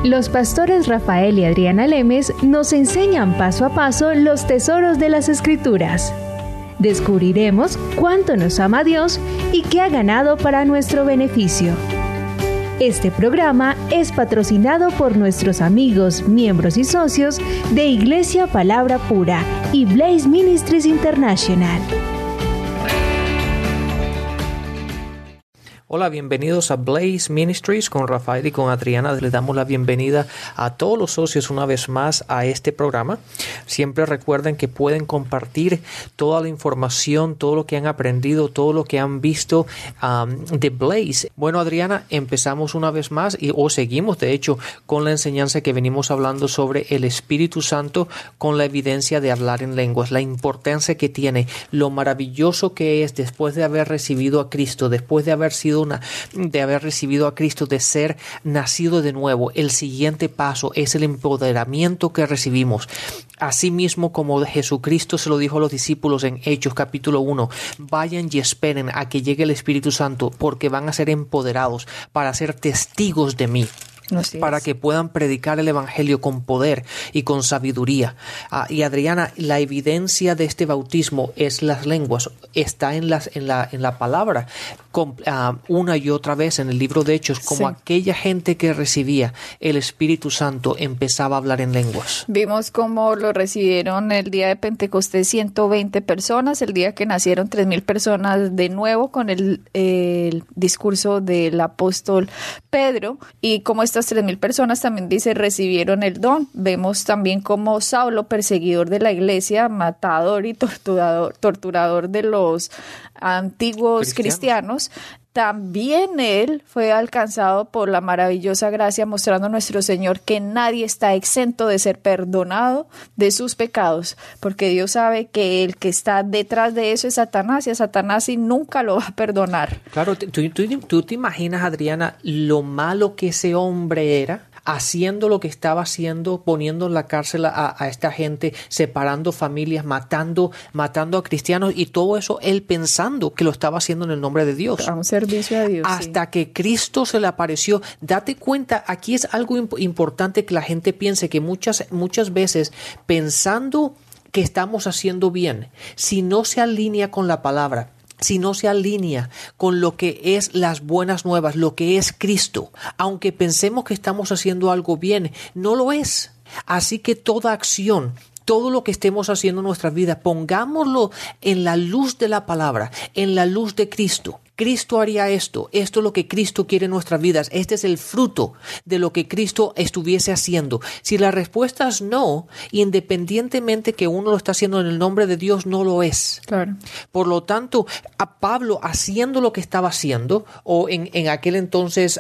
Los pastores Rafael y Adriana Lemes nos enseñan paso a paso los tesoros de las Escrituras. Descubriremos cuánto nos ama Dios y qué ha ganado para nuestro beneficio. Este programa es patrocinado por nuestros amigos, miembros y socios de Iglesia Palabra Pura y Blaze Ministries International. Hola, bienvenidos a Blaze Ministries con Rafael y con Adriana. Les damos la bienvenida a todos los socios una vez más a este programa. Siempre recuerden que pueden compartir toda la información, todo lo que han aprendido, todo lo que han visto de Blaze. Bueno, Adriana, empezamos una vez más o seguimos, de hecho, con la enseñanza que venimos hablando sobre el Espíritu Santo con la evidencia de hablar en lenguas, la importancia que tiene, lo maravilloso que es después de haber recibido a Cristo, después de haber recibido a Cristo, de ser nacido de nuevo. El siguiente paso es el empoderamiento que recibimos. Asimismo, como Jesucristo se lo dijo a los discípulos en Hechos capítulo 1, vayan y esperen a que llegue el Espíritu Santo, porque van a ser empoderados para ser testigos de mí. Para que puedan predicar el Evangelio con poder y con sabiduría. Y Adriana, la evidencia de este bautismo es las lenguas. Está en la palabra una y otra vez en el libro de Hechos, como aquella gente que recibía el Espíritu Santo empezaba a hablar en lenguas. Vimos cómo lo recibieron el día de Pentecostés 120 personas, el día que nacieron 3,000 personas de nuevo con el discurso del apóstol Pedro, y como estas 3,000 personas también dice recibieron el don. Vemos también cómo Saulo, perseguidor de la iglesia, matador y torturador de los antiguos cristianos, también él fue alcanzado por la maravillosa gracia, mostrando a nuestro Señor que nadie está exento de ser perdonado de sus pecados, porque Dios sabe que el que está detrás de eso es Satanás, y a Satanás y nunca lo va a perdonar. Claro, tú te imaginas, Adriana, lo malo que ese hombre era, haciendo lo que estaba haciendo, poniendo en la cárcel a esta gente, separando familias, matando a cristianos, y todo eso él pensando que lo estaba haciendo en el nombre de Dios. A un servicio a Dios. Hasta que Cristo se le apareció. Date cuenta, aquí es algo importante que la gente piense, que muchas veces pensando que estamos haciendo bien, si no se alinea con la palabra, si no se alinea con lo que es las buenas nuevas, lo que es Cristo, aunque pensemos que estamos haciendo algo bien, no lo es. Así que toda acción, todo lo que estemos haciendo en nuestras vidas, pongámoslo en la luz de la palabra, en la luz de Cristo. Cristo haría esto es lo que Cristo quiere en nuestras vidas, este es el fruto de lo que Cristo estuviese haciendo. Si la respuesta es no, independientemente que uno lo está haciendo en el nombre de Dios, no lo es. Claro. Por lo tanto, a Pablo haciendo lo que estaba haciendo, o en aquel entonces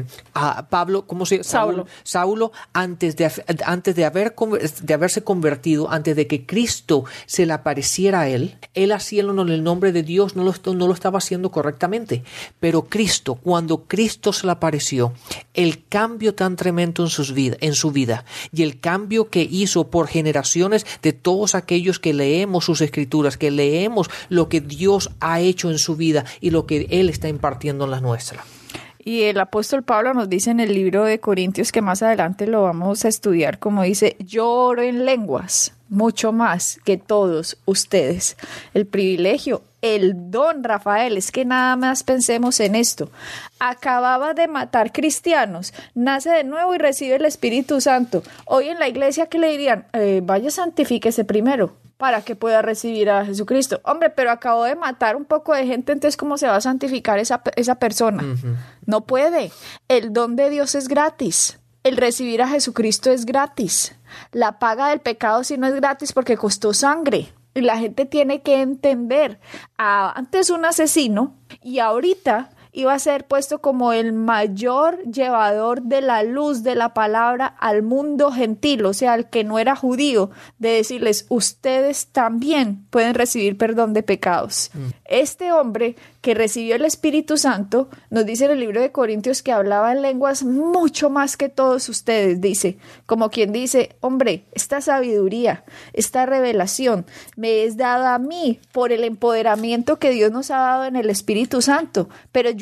a Pablo, ¿cómo se llama? Saulo, antes de haberse convertido, antes de que Cristo se le apareciera a él haciéndolo en el nombre de Dios, no lo estaba haciendo correctamente. Pero Cristo, cuando Cristo se le apareció, el cambio tan tremendo en su vida y el cambio que hizo por generaciones de todos aquellos que leemos sus escrituras, que leemos lo que Dios ha hecho en su vida y lo que Él está impartiendo en la nuestra. Y el apóstol Pablo nos dice en el libro de Corintios, que más adelante lo vamos a estudiar, como dice, yo oro en lenguas mucho más que todos ustedes. El privilegio, el don, Rafael, es que nada más pensemos en esto. Acababa de matar cristianos, nace de nuevo y recibe el Espíritu Santo. Hoy en la iglesia, ¿qué le dirían? Vaya, santifíquese primero para que pueda recibir a Jesucristo. Hombre, pero acabó de matar un poco de gente, entonces ¿cómo se va a santificar esa persona? Uh-huh. No puede. El don de Dios es gratis. El recibir a Jesucristo es gratis. La paga del pecado sí no es gratis porque costó sangre. Y la gente tiene que entender. Antes un asesino y ahorita iba a ser puesto como el mayor llevador de la luz de la palabra al mundo gentil, o sea, al que no era judío, de decirles, ustedes también pueden recibir perdón de pecados. Este hombre que recibió el Espíritu Santo, nos dice en el libro de Corintios que hablaba en lenguas mucho más que todos ustedes, dice, como quien dice, hombre, esta sabiduría, esta revelación me es dada a mí por el empoderamiento que Dios nos ha dado en el Espíritu Santo, pero yo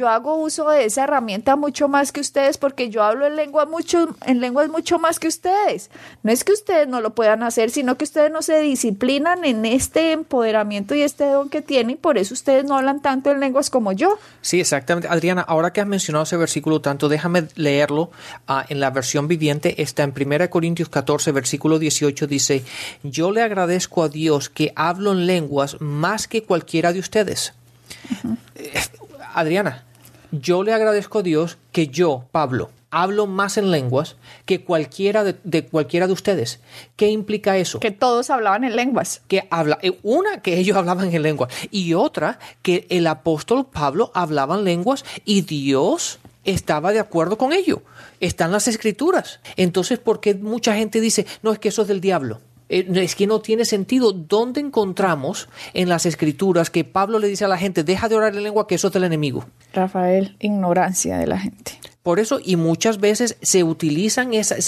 yo hago uso de esa herramienta mucho más que ustedes porque yo hablo en lenguas mucho más que ustedes. No es que ustedes no lo puedan hacer, sino que ustedes no se disciplinan en este empoderamiento y este don que tienen, por eso ustedes no hablan tanto en lenguas como yo. Sí, exactamente. Adriana, ahora que has mencionado ese versículo tanto, déjame leerlo en la versión viviente. Está en 1 Corintios 14, versículo 18, dice: yo le agradezco a Dios que hablo en lenguas más que cualquiera de ustedes. Uh-huh. Adriana, yo le agradezco a Dios que yo, Pablo, hablo más en lenguas que cualquiera de ustedes. ¿Qué implica eso? Que todos hablaban en lenguas. Que ellos hablaban en lenguas, y otra, que el apóstol Pablo hablaba en lenguas y Dios estaba de acuerdo con ello. Están las escrituras. Entonces, ¿por qué mucha gente dice, no, es que eso es del diablo? Es que no tiene sentido. ¿Dónde encontramos en las escrituras que Pablo le dice a la gente, deja de orar en lengua, que eso es del enemigo? Rafael, ignorancia de la gente. Por eso, y muchas veces se utiliza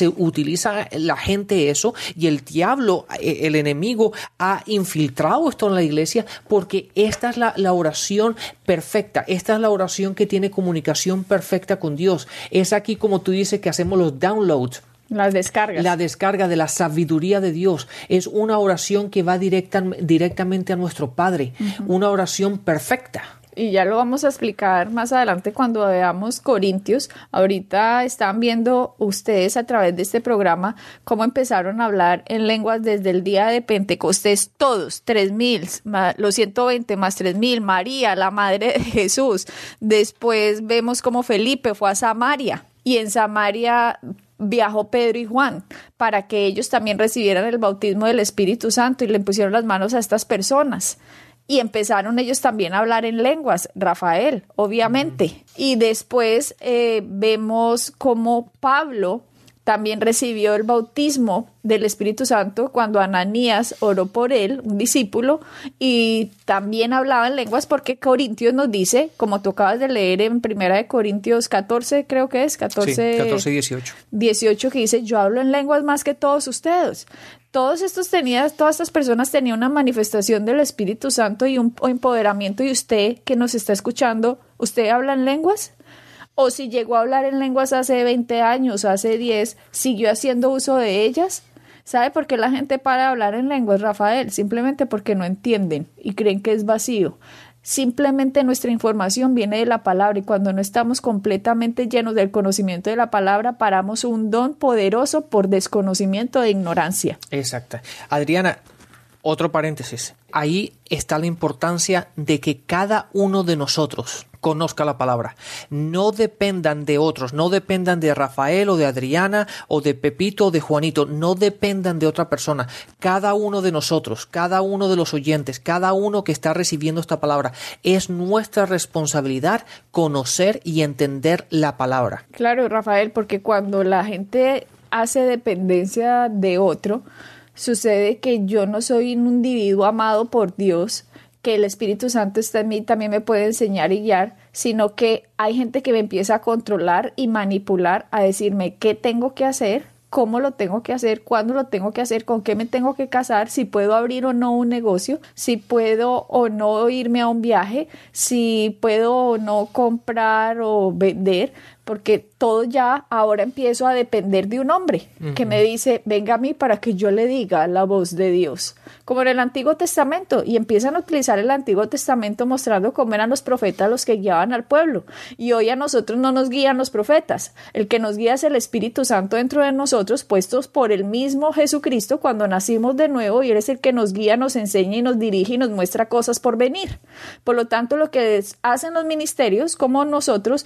la gente eso, y el diablo, el enemigo, ha infiltrado esto en la iglesia, porque esta es la oración perfecta. Esta es la oración que tiene comunicación perfecta con Dios. Es aquí, como tú dices, que hacemos los downloads. Las descargas. La descarga de la sabiduría de Dios. Es una oración que va directamente a nuestro Padre. Uh-huh. Una oración perfecta. Y ya lo vamos a explicar más adelante cuando veamos Corintios. Ahorita están viendo ustedes a través de este programa cómo empezaron a hablar en lenguas desde el día de Pentecostés, todos, 3,000, los 120 más 3,000, María, la madre de Jesús. Después vemos cómo Felipe fue a Samaria, y en Samaria viajó Pedro y Juan para que ellos también recibieran el bautismo del Espíritu Santo, y le pusieron las manos a estas personas. Y empezaron ellos también a hablar en lenguas, Rafael, obviamente. Y después vemos cómo Pablo también recibió el bautismo del Espíritu Santo cuando Ananías oró por él, un discípulo, y también hablaba en lenguas, porque Corintios nos dice, como tú acabas de leer en 1 Corintios 14, creo que es, 14, 18. 18, que dice, yo hablo en lenguas más que todos ustedes. Todas estas personas tenían una manifestación del Espíritu Santo y un empoderamiento, y usted que nos está escuchando, ¿usted habla en lenguas? O si llegó a hablar en lenguas hace 20 años, hace 10, ¿siguió haciendo uso de ellas? ¿Sabe por qué la gente para de hablar en lenguas, Rafael? Simplemente porque no entienden y creen que es vacío. Simplemente nuestra información viene de la palabra, y cuando no estamos completamente llenos del conocimiento de la palabra, paramos un don poderoso por desconocimiento e ignorancia. Exacto. Adriana, otro paréntesis. Ahí está la importancia de que cada uno de nosotros conozca la palabra. No dependan de otros, no dependan de Rafael o de Adriana o de Pepito o de Juanito, no dependan de otra persona. Cada uno de nosotros, cada uno de los oyentes, cada uno que está recibiendo esta palabra, es nuestra responsabilidad conocer y entender la palabra. Claro, Rafael, porque cuando la gente hace dependencia de otro, sucede que yo no soy un individuo amado por Dios, que el Espíritu Santo está en mí, también me puede enseñar y guiar, sino que hay gente que me empieza a controlar y manipular, a decirme qué tengo que hacer, cómo lo tengo que hacer, cuándo lo tengo que hacer, con qué me tengo que casar, si puedo abrir o no un negocio, si puedo o no irme a un viaje, si puedo o no comprar o vender, porque todo ya ahora empiezo a depender de un hombre que me dice, venga a mí para que yo le diga la voz de Dios, como en el Antiguo Testamento, y empiezan a utilizar el Antiguo Testamento mostrando cómo eran los profetas los que guiaban al pueblo, y hoy a nosotros no nos guían los profetas, el que nos guía es el Espíritu Santo dentro de nosotros, puestos por el mismo Jesucristo cuando nacimos de nuevo, y Él es el que nos guía, nos enseña y nos dirige y nos muestra cosas por venir. Por lo tanto, lo que hacen los ministerios como nosotros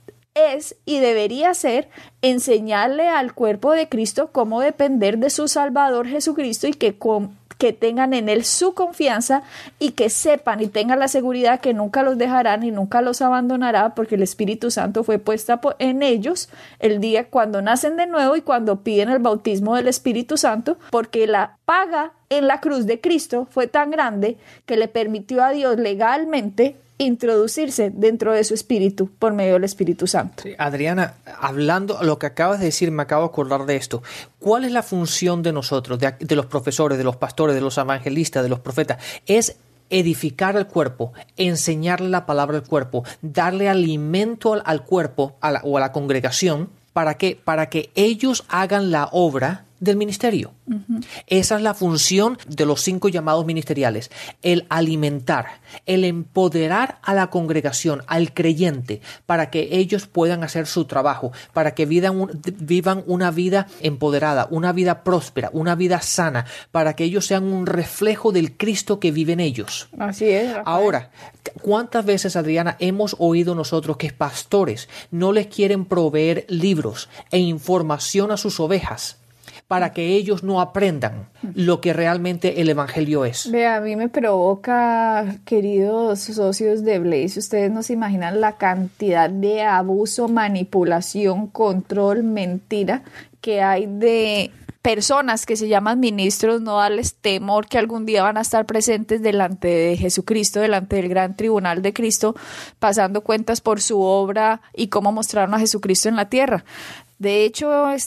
es y debería ser enseñarle al cuerpo de Cristo cómo depender de su Salvador Jesucristo, y que tengan en Él su confianza, y que sepan y tengan la seguridad que nunca los dejará ni nunca los abandonará, porque el Espíritu Santo fue puesta en ellos el día cuando nacen de nuevo y cuando piden el bautismo del Espíritu Santo, porque la paga en la cruz de Cristo fue tan grande que le permitió a Dios legalmente introducirse dentro de su espíritu por medio del Espíritu Santo. Sí, Adriana, hablando lo que acabas de decir, me acabo de acordar de esto. ¿Cuál es la función de nosotros, de los profesores, de los pastores, de los evangelistas, de los profetas? Es edificar al cuerpo, enseñarle la palabra al cuerpo, darle alimento al cuerpo o a la congregación. ¿Para qué? Para que ellos hagan la obra del ministerio. Esa es la función de los 5 llamados ministeriales: el alimentar, el empoderar a la congregación, al creyente, para que ellos puedan hacer su trabajo, para que vivan una vida empoderada, una vida próspera, una vida sana, para que ellos sean un reflejo del Cristo que vive en ellos. Así es, Rafael. Ahora, ¿cuántas veces, Adriana, hemos oído nosotros que pastores no les quieren proveer libros e información a sus ovejas para que ellos no aprendan lo que realmente el evangelio es? Vea, a mí me provoca, queridos socios de Blaze, ustedes no se imaginan la cantidad de abuso, manipulación, control, mentira que hay de personas que se llaman ministros, no darles temor que algún día van a estar presentes delante de Jesucristo, delante del gran tribunal de Cristo, pasando cuentas por su obra y cómo mostraron a Jesucristo en la tierra. De hecho,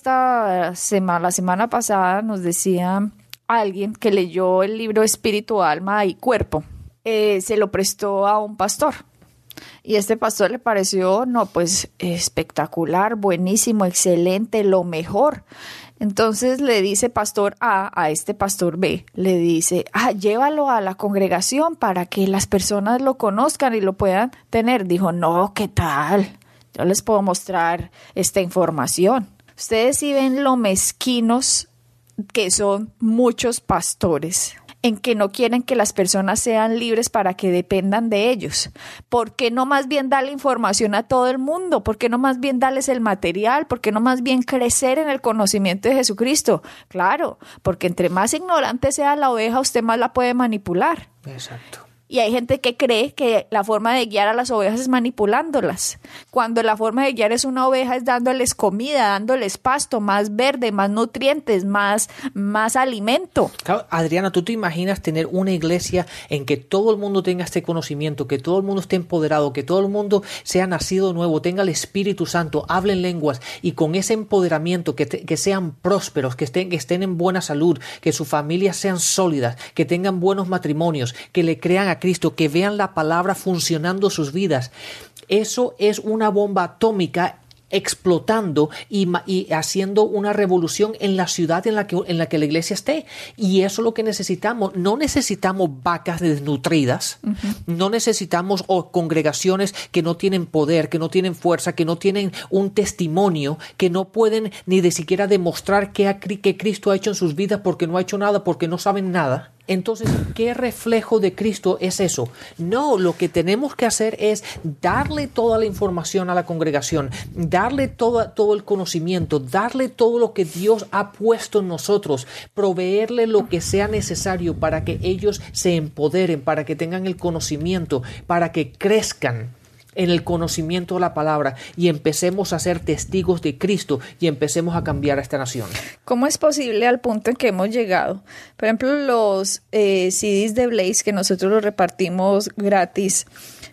la semana pasada nos decía alguien que leyó el libro Espíritu, Alma y Cuerpo. Se lo prestó a un pastor. Y este pastor le pareció, espectacular, buenísimo, excelente, lo mejor. Entonces le dice pastor A este pastor B, le dice, llévalo a la congregación para que las personas lo conozcan y lo puedan tener. Dijo, no, ¿qué tal? Yo les puedo mostrar esta información. Ustedes sí ven lo mezquinos que son muchos pastores, en que no quieren que las personas sean libres para que dependan de ellos. ¿Por qué no más bien darle información a todo el mundo? ¿Por qué no más bien darles el material? ¿Por qué no más bien crecer en el conocimiento de Jesucristo? Claro, porque entre más ignorante sea la oveja, usted más la puede manipular. Exacto. Y hay gente que cree que la forma de guiar a las ovejas es manipulándolas, cuando la forma de guiar es una oveja es dándoles comida, dándoles pasto, más verde, más nutrientes, más alimento. Claro, Adriana, ¿tú te imaginas tener una iglesia en que todo el mundo tenga este conocimiento, que todo el mundo esté empoderado, que todo el mundo sea nacido nuevo, tenga el Espíritu Santo, hablen lenguas y con ese empoderamiento que sean prósperos, que estén en buena salud, que sus familias sean sólidas, que tengan buenos matrimonios, que le crean a Cristo, que vean la palabra funcionando sus vidas? Eso es una bomba atómica explotando y haciendo una revolución en la ciudad en la que la iglesia esté. Y eso es lo que necesitamos. No necesitamos vacas desnutridas, no necesitamos congregaciones que no tienen poder, que no tienen fuerza, que no tienen un testimonio, que no pueden ni de siquiera demostrar que Cristo ha hecho en sus vidas porque no ha hecho nada, porque no saben nada. Entonces, ¿qué reflejo de Cristo es eso? No, lo que tenemos que hacer es darle toda la información a la congregación, darle todo el conocimiento, darle todo lo que Dios ha puesto en nosotros, proveerle lo que sea necesario para que ellos se empoderen, para que tengan el conocimiento, para que crezcan en el conocimiento de la palabra y empecemos a ser testigos de Cristo y empecemos a cambiar a esta nación. ¿Cómo es posible al punto en que hemos llegado? Por ejemplo, los CDs de Blaze que nosotros los repartimos gratis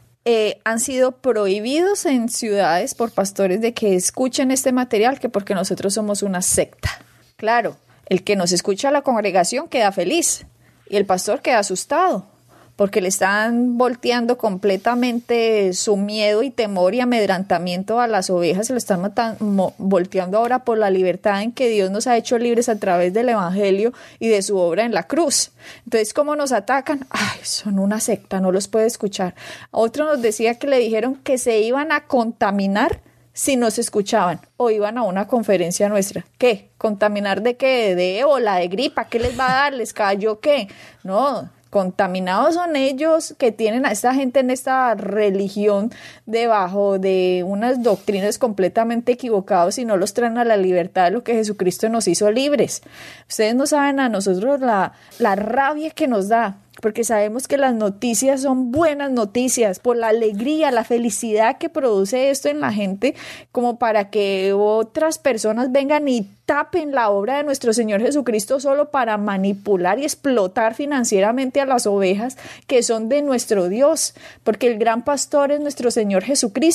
han sido prohibidos en ciudades por pastores de que escuchen este material, que porque nosotros somos una secta. Claro, el que nos escucha a la congregación queda feliz y el pastor queda asustado, porque le están volteando completamente su miedo y temor y amedrentamiento a las ovejas, se lo están volteando ahora por la libertad en que Dios nos ha hecho libres a través del evangelio y de su obra en la cruz. Entonces, ¿cómo nos atacan? Son una secta, no los puede escuchar. Otro nos decía que le dijeron que se iban a contaminar si nos escuchaban o iban a una conferencia nuestra. ¿Qué? ¿Contaminar de qué? ¿De ébola? ¿De gripa? ¿Qué les va a dar? ¿Les cayó qué? No, contaminados son ellos que tienen a esta gente en esta religión debajo de unas doctrinas completamente equivocadas y no los traen a la libertad de lo que Jesucristo nos hizo libres. Ustedes no saben a nosotros la rabia que nos da, porque sabemos que las noticias son buenas noticias por la alegría, la felicidad que produce esto en la gente, como para que otras personas vengan y tapen la obra de nuestro Señor Jesucristo solo para manipular y explotar financieramente a las ovejas que son de nuestro Dios, porque el gran pastor es nuestro Señor Jesucristo.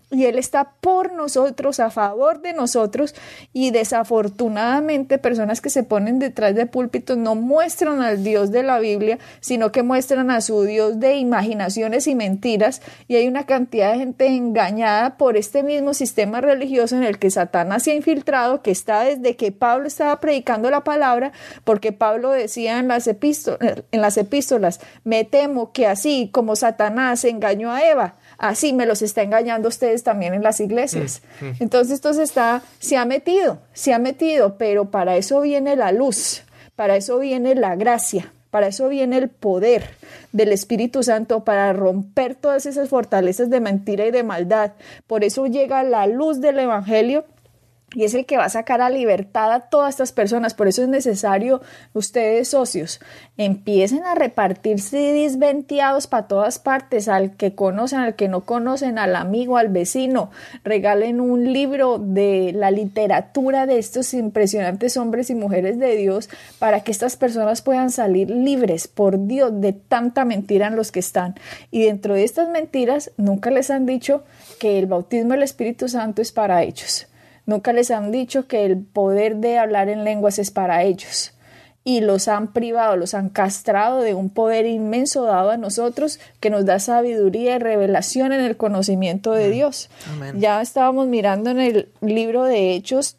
y Él está por nosotros, a favor de nosotros, y desafortunadamente personas que se ponen detrás de púlpitos no muestran al Dios de la Biblia, sino que muestran a su Dios de imaginaciones y mentiras, y hay una cantidad de gente engañada por este mismo sistema religioso en el que Satanás se ha infiltrado, que está desde que Pablo estaba predicando la palabra, porque Pablo decía en las epístolas, me temo que así como Satanás engañó a Eva, así me los está engañando a ustedes también en las iglesias. Entonces esto se ha metido, pero para eso viene la luz, para eso viene la gracia, para eso viene el poder del Espíritu Santo, para romper todas esas fortalezas de mentira y de maldad. Por eso llega la luz del Evangelio, y es el que va a sacar a libertad a todas estas personas. Por eso es necesario, ustedes socios, empiecen a repartir CDs venteados para todas partes, al que conocen, al que no conocen, al amigo, al vecino. Regalen un libro de la literatura de estos impresionantes hombres y mujeres de Dios, para que estas personas puedan salir libres, por Dios, de tanta mentira en los que están. Y dentro de estas mentiras, nunca les han dicho que el bautismo del Espíritu Santo es para ellos. Nunca les han dicho que el poder de hablar en lenguas es para ellos. Y los han privado, los han castrado de un poder inmenso dado a nosotros, que nos da sabiduría y revelación en el conocimiento de Dios. Amén. Ya estábamos mirando en el libro de Hechos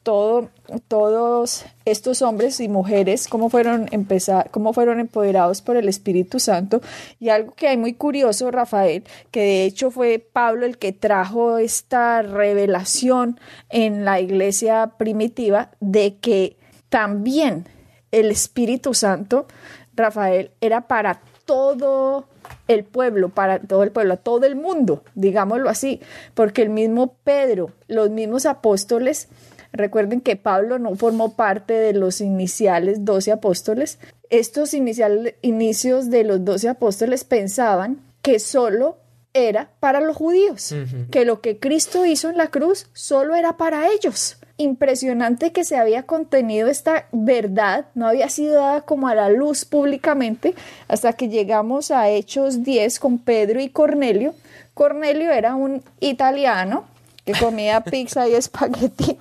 todos estos hombres y mujeres, cómo fueron empoderados por el Espíritu Santo. Y algo que hay muy curioso, Rafael, que de hecho fue Pablo el que trajo esta revelación en la iglesia primitiva, de que también el Espíritu Santo, Rafael, era para todo el pueblo, a todo el mundo, digámoslo así, porque el mismo Pedro, los mismos apóstoles, recuerden que Pablo no formó parte de los iniciales 12 apóstoles. Estos inicios de los 12 apóstoles pensaban que solo era para los judíos, que lo que Cristo hizo en la cruz solo era para ellos. Impresionante que se había contenido esta verdad, no había sido dada como a la luz públicamente, hasta que llegamos a Hechos 10 con Pedro y Cornelio. Cornelio era un italiano que comía pizza y espagueti.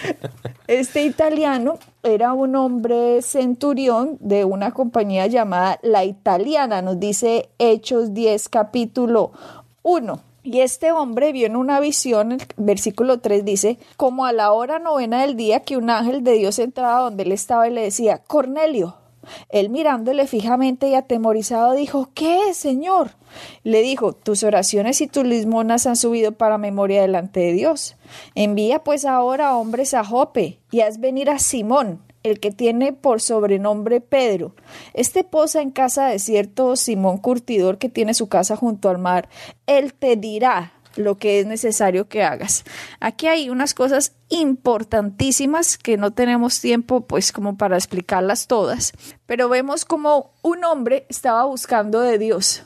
Este italiano era un hombre centurión de una compañía llamada La Italiana, nos dice Hechos 10 capítulo 1. Y este hombre vio en una visión, el versículo 3 dice, como a la hora 9 del día, que un ángel de Dios entraba donde él estaba y le decía, Cornelio. Él mirándole fijamente y atemorizado dijo, ¿qué es, Señor? Le dijo, tus oraciones y tus limosnas han subido para memoria delante de Dios. Envía pues ahora hombres a Jope y haz venir a Simón, el que tiene por sobrenombre Pedro. Este posa en casa de cierto Simón curtidor que tiene su casa junto al mar. Él te dirá lo que es necesario que hagas. Aquí hay unas cosas importantísimas que no tenemos tiempo pues como para explicarlas todas, pero vemos como un hombre estaba buscando de Dios.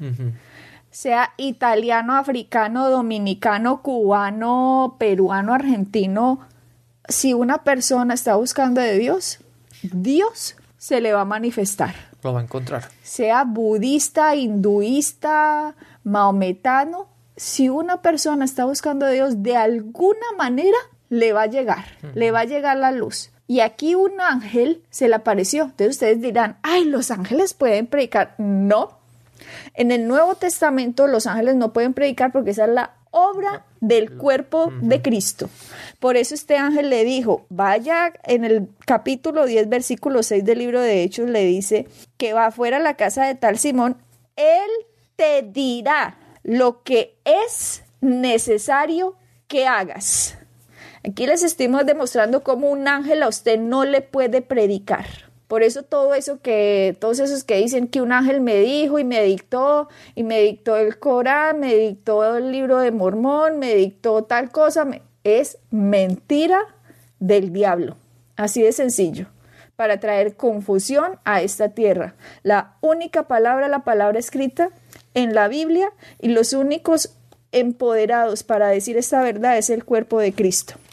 Sea italiano, africano, dominicano, cubano, peruano, argentino. Si una persona está buscando de Dios, Dios se le va a manifestar. Lo va a encontrar. Sea budista, hinduista, maometano, si una persona está buscando de Dios, de alguna manera le va a llegar, le va a llegar la luz. Y aquí un ángel se le apareció. Entonces ustedes dirán, ay, los ángeles pueden predicar. No. En el Nuevo Testamento los ángeles no pueden predicar porque esa es la obra del cuerpo de Cristo. Por eso este ángel le dijo, vaya, en el capítulo 10, versículo 6 del libro de Hechos, le dice que va afuera a la casa de tal Simón, él te dirá lo que es necesario que hagas. Aquí les estamos demostrando cómo un ángel a usted no le puede predicar. Por eso todos esos que dicen que un ángel me dijo y me dictó el Corán, me dictó el libro de Mormón, me dictó tal cosa, es mentira del diablo. Así de sencillo, para traer confusión a esta tierra. La única palabra, la palabra escrita en la Biblia, y los únicos empoderados para decir esta verdad es el cuerpo de Cristo.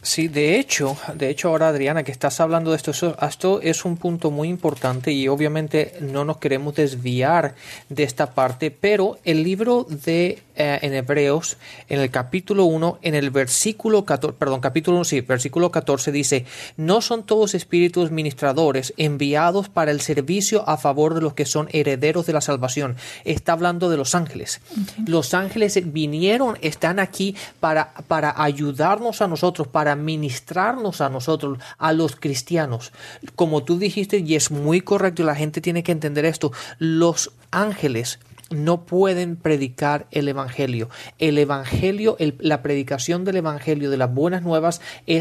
Sí, de hecho ahora, Adriana, que estás hablando de esto es un punto muy importante y obviamente no nos queremos desviar de esta parte, pero el libro de en Hebreos, en el capítulo 1, en el versículo 14, versículo 14 dice: no son todos espíritus ministradores enviados para el servicio a favor de los que son herederos de la salvación. Está hablando de los ángeles. Uh-huh. Los ángeles vinieron, están aquí para ayudarnos a nosotros, para ministrarnos a nosotros, a los cristianos. Como tú dijiste, y es muy correcto, la gente tiene que entender esto, los ángeles no pueden predicar el evangelio. El evangelio, la predicación del evangelio, de las buenas nuevas,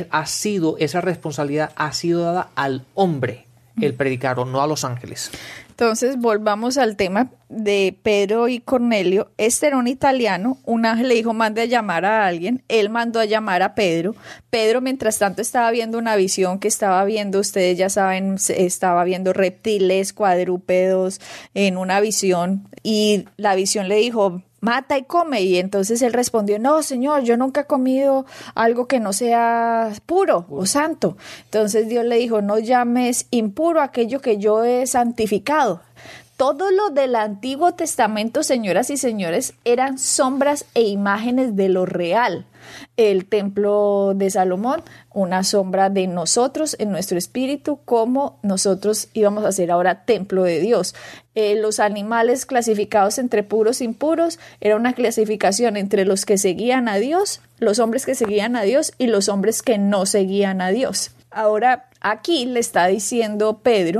esa responsabilidad ha sido dada al hombre, el predicarlo, no a los ángeles. Entonces, volvamos al tema de Pedro y Cornelio. Este era un italiano, un ángel le dijo: mande a llamar a alguien. Él mandó a llamar a Pedro. Pedro, mientras tanto, estaba viendo una visión que estaba viendo, ustedes ya saben, estaba viendo reptiles, cuadrúpedos en una visión, y la visión le dijo: mata y come. Y entonces él respondió: no, Señor, yo nunca he comido algo que no sea puro o santo. Entonces Dios le dijo: no llames impuro aquello que yo he santificado. Todo lo del Antiguo Testamento, señoras y señores, eran sombras e imágenes de lo real. El templo de Salomón, una sombra de nosotros en nuestro espíritu, como nosotros íbamos a ser ahora templo de Dios. Los animales clasificados entre puros e impuros era una clasificación entre los que seguían a Dios, los hombres que seguían a Dios y los hombres que no seguían a Dios. Ahora, aquí le está diciendo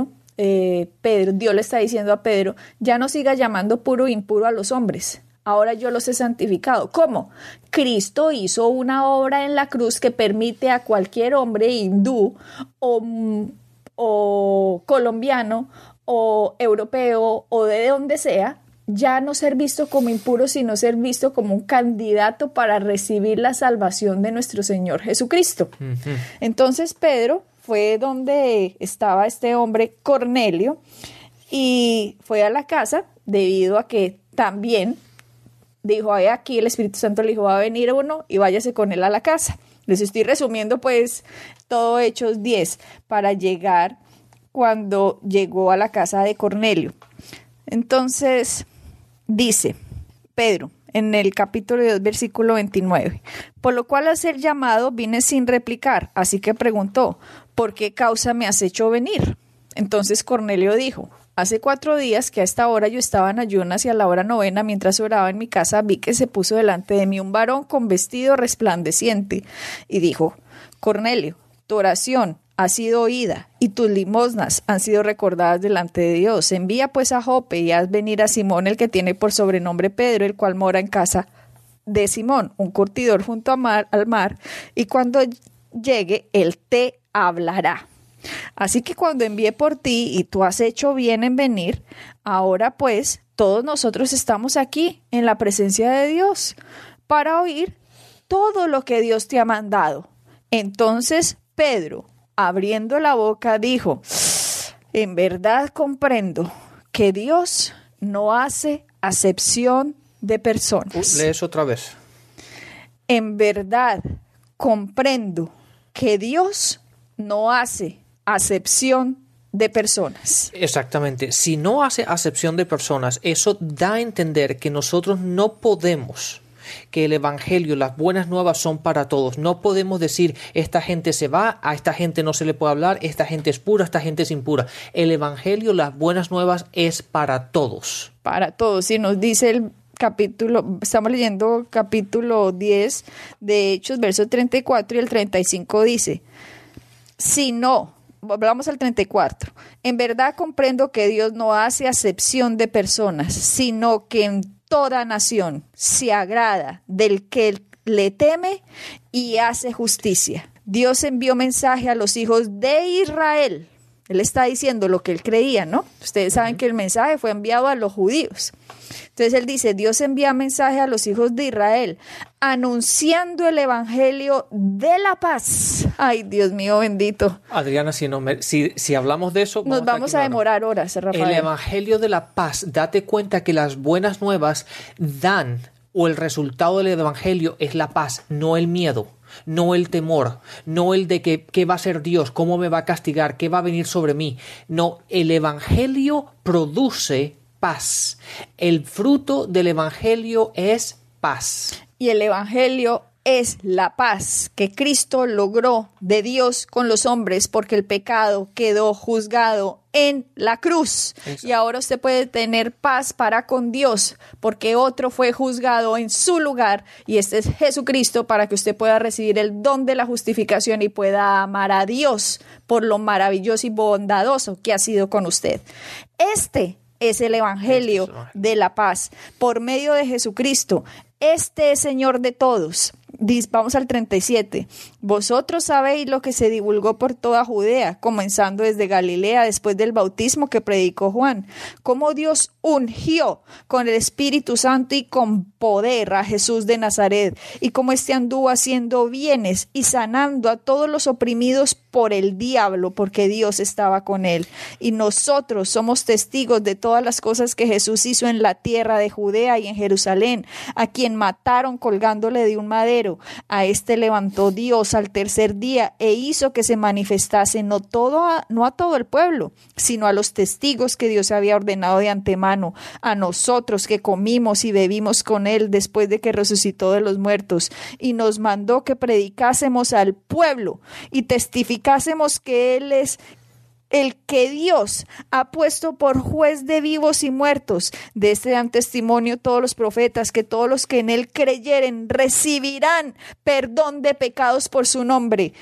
Dios le está diciendo a Pedro: ya no siga llamando puro e impuro a los hombres. Ahora yo los he santificado. ¿Cómo? Cristo hizo una obra en la cruz que permite a cualquier hombre hindú o colombiano o europeo o de donde sea, ya no ser visto como impuro, sino ser visto como un candidato para recibir la salvación de nuestro Señor Jesucristo. Uh-huh. Entonces Pedro fue donde estaba este hombre Cornelio y fue a la casa, debido a que también dijo: aquí el Espíritu Santo le dijo: va a venir uno y váyase con él a la casa. Les estoy resumiendo pues todo Hechos 10 para llegar cuando llegó a la casa de Cornelio. Entonces dice Pedro en el capítulo 2, versículo 29: por lo cual al ser llamado vine sin replicar, así que preguntó: ¿por qué causa me has hecho venir? Entonces Cornelio dijo: hace 4 días que a esta hora yo estaba en ayunas, y a la hora 9, mientras oraba en mi casa, vi que se puso delante de mí un varón con vestido resplandeciente y dijo: Cornelio, tu oración ha sido oída y tus limosnas han sido recordadas delante de Dios. Envía pues a Jope y haz venir a Simón, el que tiene por sobrenombre Pedro, el cual mora en casa de Simón, un curtidor junto al mar, y cuando llegue él te hablará. Así que cuando envié por ti y tú has hecho bien en venir, ahora pues todos nosotros estamos aquí en la presencia de Dios para oír todo lo que Dios te ha mandado. Entonces Pedro, abriendo la boca, dijo: en verdad comprendo que Dios no hace acepción de personas. Lees otra vez. En verdad comprendo que Dios no hace acepción de personas. Exactamente. Si no hace acepción de personas, eso da a entender que nosotros no podemos, que el evangelio, las buenas nuevas son para todos. No podemos decir: esta gente se va, a esta gente no se le puede hablar, esta gente es pura, esta gente es impura. El evangelio, las buenas nuevas, es para todos. Para todos. Y nos dice el capítulo, estamos leyendo capítulo 10 de Hechos, versos 34 y el 35 dice: si no, vamos al 34. En verdad comprendo que Dios no hace acepción de personas, sino que en toda nación se agrada del que le teme y hace justicia. Dios envió mensaje a los hijos de Israel. Él está diciendo lo que él creía, ¿no? Ustedes saben que el mensaje fue enviado a los judíos. Entonces él dice: Dios envía mensaje a los hijos de Israel, anunciando el evangelio de la paz. Ay, Dios mío bendito. Adriana, si hablamos de eso, nos vamos a demorar horas, Rafael. El evangelio de la paz, date cuenta que las buenas nuevas dan, o el resultado del evangelio es la paz, no el miedo. no el temor, no el de qué va a ser Dios, cómo me va a castigar, qué va a venir sobre mí. No, el Evangelio produce paz. El fruto del Evangelio es paz. Y el Evangelio es la paz que Cristo logró de Dios con los hombres porque el pecado quedó juzgado en la cruz. Exacto. Y ahora usted puede tener paz para con Dios porque otro fue juzgado en su lugar y este es Jesucristo para que usted pueda recibir el don de la justificación y pueda amar a Dios por lo maravilloso y bondadoso que ha sido con usted. Este es el Evangelio de la paz por medio de Jesucristo. Este es Señor de todos. Vamos al 37. Vosotros sabéis lo que se divulgó por toda Judea, comenzando desde Galilea después del bautismo que predicó Juan, cómo Dios ungió con el Espíritu Santo y con poder a Jesús de Nazaret, y cómo éste anduvo haciendo bienes y sanando a todos los oprimidos por el diablo, porque Dios estaba con él. Y nosotros somos testigos de todas las cosas que Jesús hizo en la tierra de Judea y en Jerusalén, a quien mataron colgándole de un madero. A este levantó Dios al tercer día e hizo que se manifestase no a todo el pueblo, sino a los testigos que Dios había ordenado de antemano, a nosotros que comimos y bebimos con él después de que resucitó de los muertos, y nos mandó que predicásemos al pueblo y testificásemos que él es el que Dios ha puesto por juez de vivos y muertos. De este dan testimonio todos los profetas, que todos los que en él creyeren recibirán perdón de pecados por su nombre.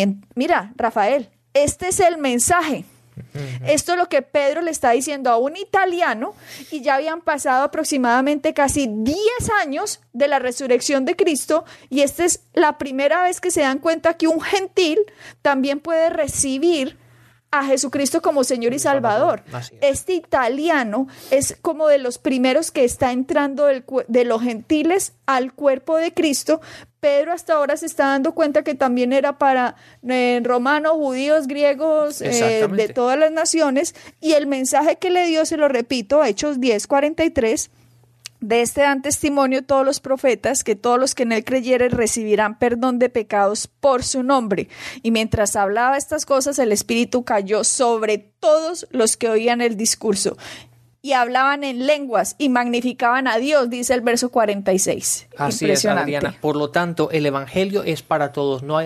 Mira, Rafael, este es el mensaje. Esto es lo que Pedro le está diciendo a un italiano y ya habían pasado aproximadamente casi 10 años de la resurrección de Cristo y esta es la primera vez que se dan cuenta que un gentil también puede recibir a Jesucristo como Señor y Salvador. Este italiano es como de los primeros que está entrando de los gentiles al cuerpo de Cristo. Pedro hasta ahora se está dando cuenta que también era para romanos, judíos, griegos, de todas las naciones. Y el mensaje que le dio, se lo repito, Hechos 10:43, de este dan testimonio todos los profetas, que todos los que en él creyeren recibirán perdón de pecados por su nombre. Y mientras hablaba estas cosas, el Espíritu cayó sobre todos los que oían el discurso. Y hablaban en lenguas y magnificaban a Dios, dice el verso 46. Así es, Adriana. Por lo tanto, el Evangelio es para todos. No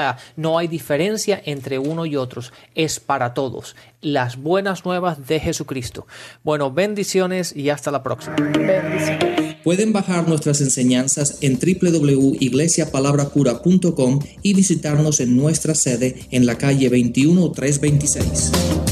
hay diferencia entre uno y otros. Es para todos. Las buenas nuevas de Jesucristo. Bueno, bendiciones y hasta la próxima. Bendiciones. Pueden bajar nuestras enseñanzas en www.iglesiapalabracura.com y visitarnos en nuestra sede en la calle 21326.